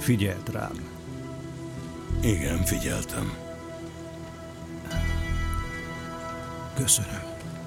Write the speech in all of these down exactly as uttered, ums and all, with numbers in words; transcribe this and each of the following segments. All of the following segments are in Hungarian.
figyelt rám. Igen, figyeltem. Köszönöm.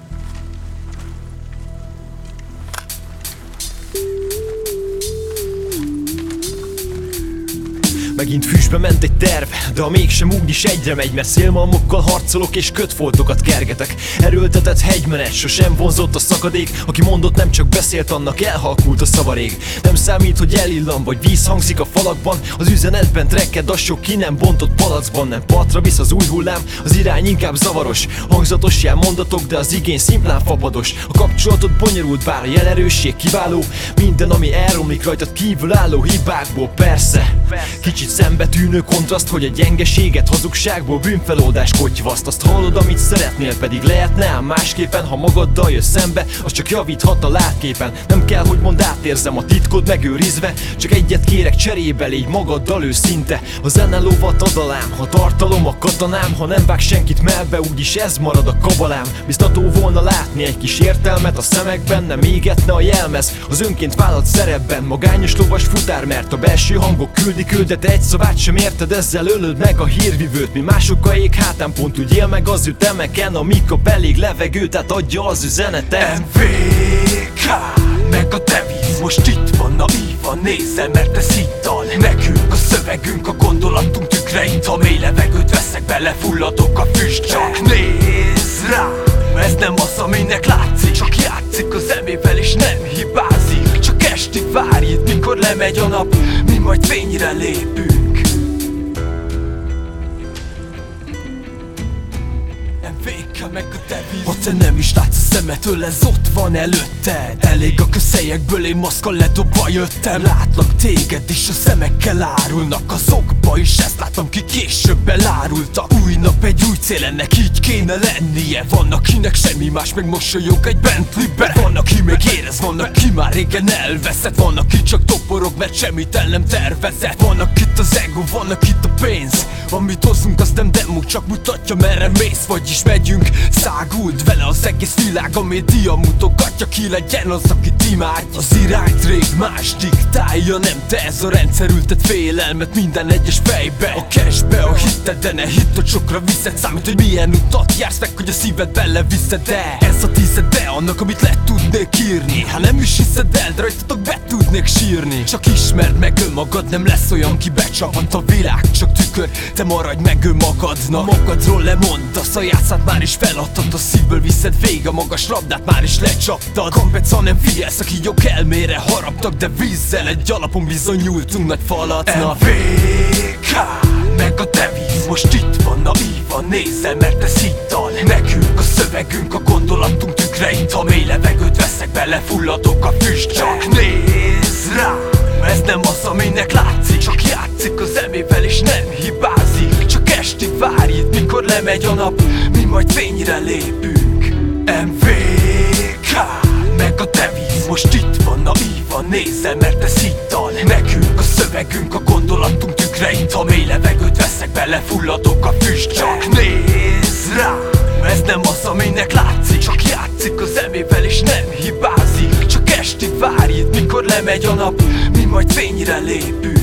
Megint füstbe ment egy terv, de ha mégsem úgyis egyre megy, mert szélmalmokkal harcolok és kötfoltokat kergetek. Erőltetett hegymenet, sosem vonzott a szakadék. Aki mondott, nem csak beszélt, annak elhalkult a szavarég. Nem számít, hogy elillan vagy víz hangzik a falakban. Az üzenetben trekked a sok ki nem bontott palackban. Nem partra visz az új hullám, az irány inkább zavaros. Hangzatos jelmondatok, de az igény szimplán fapados. A kapcsolatot bonyolult, bár a jelerősség kiváló. Minden, ami elromlik rajtad kívül álló hibákból, persze. Kicsit szembetűnő kontraszt, hogy a gyengeséget hazugságból bűnfeloldás kotyvaszt. Azt hallod, amit szeretnél, pedig lehetne ám másképpen. Ha magaddal jössz szembe, az csak javíthat a látképen. Nem kell, hogy mondd, átérzem a titkod megőrizve. Csak egyet kérek cserébe, légy magaddal őszinte. Ha zene lovat ad alám, ha tartalom a katonám. Ha nem vág senkit melbe, úgyis ez marad a kabalám. Biztató volna látni egy kis értelmet a szemekben. Nem égetne a jelmez az önként vállalt szerepben. Magányos lovas futár, mert a belső hangok küldik őt, de te egy szavát sem érted, ezzel ölöd meg a hírvivőt. Mi mások a ég hátán, pont úgy él meg az ütemeken, amíg kap elég levegőt, tehát adja az üzenetet. em vé ká, meg a devíz most itt van, na így van, nézze, mert ez hittal. Nekünk a szövegünk, a gondolatunk tükreit. Ha mély levegőt veszek, belefulladok a füst. Csak nézz rám, ez nem az, aminek látszik. Csak játszik az emével és nem hibázik. Csak estig várj itt, mikor lemegy a nap, mi majd fényre lépünk. em vé ká meg a devíz. Ha te nem is látsz a szemetől, ez ott van előtted. Elég a közhelyekből, én maszkkal ledobva jöttem. Látlak téged is, a szemekkel árulnak azokba is, ezt látom, ki később elárultak. Új nap, egy új cél, ennek így kéne lennie. Van akinek semmi más, meg mosolyog egy Bentleybe. Van aki még érez, van aki már régen elveszett. Van aki csak toporog, mert semmit el nem tervezett. Van akit az ego, van akit a pénz. Amit hozunk, az nem demo, csak mutatja merre mész. Vagyis megyünk, száguld vele az egész világ. A média mutogatja, ki legyen az, akit imádj. Az irányt rég más diktálja, nem te. Ez a rendszer ültet félelmet minden egyes fejbe. A cashbe, a hited, de ne hidd, hogy sokra viszed. Számít, hogy milyen utat jársz meg, hogy a szíved beleviszed. De ez a tizede annak, amit le tudnék írni. Ha nem is hiszed el, de rajtatok be tudnék sírni. Csak ismerd meg önmagad, nem lesz olyan, ki becsapant a világ. Csak tükör, te maradj meg önmagadnak. Magadról lemondasz, a játszát már is feladtad. A szívből viszed végig, a magas labdát már is lecsaptad. Kompeca nem figyelsz, aki jog elmére haraptak. De vízzel egy alapon bizony nyúltunk nagy falatnak. em vé ká, meg a devíz most itt van, na így van, nézze, mert ez hittal. Nekünk a szövegünk, a gondolatunk tükreit. Ha mély levegőt veszek, belefulladok a füst. Csak nézz rám, ez nem az, aminek látszik. Csak játszik az emével és nem hibázik. Csak estig várj itt, mikor lemegy a nap, mi majd fényre lépünk. em vé ká, meg a devíz most itt van, na így van, nézze, mert ez hittal. Nekünk a szövegünk, a gondolatunk tükreit. Ha mély levegőt veszek, belefulladok a füst. Csak nézz rám, ez nem az, aminek látszik. Csak játszik az emével és nem hibázik. Csak estig várj itt, mikor lemegy a nap, mi majd fényre lépünk.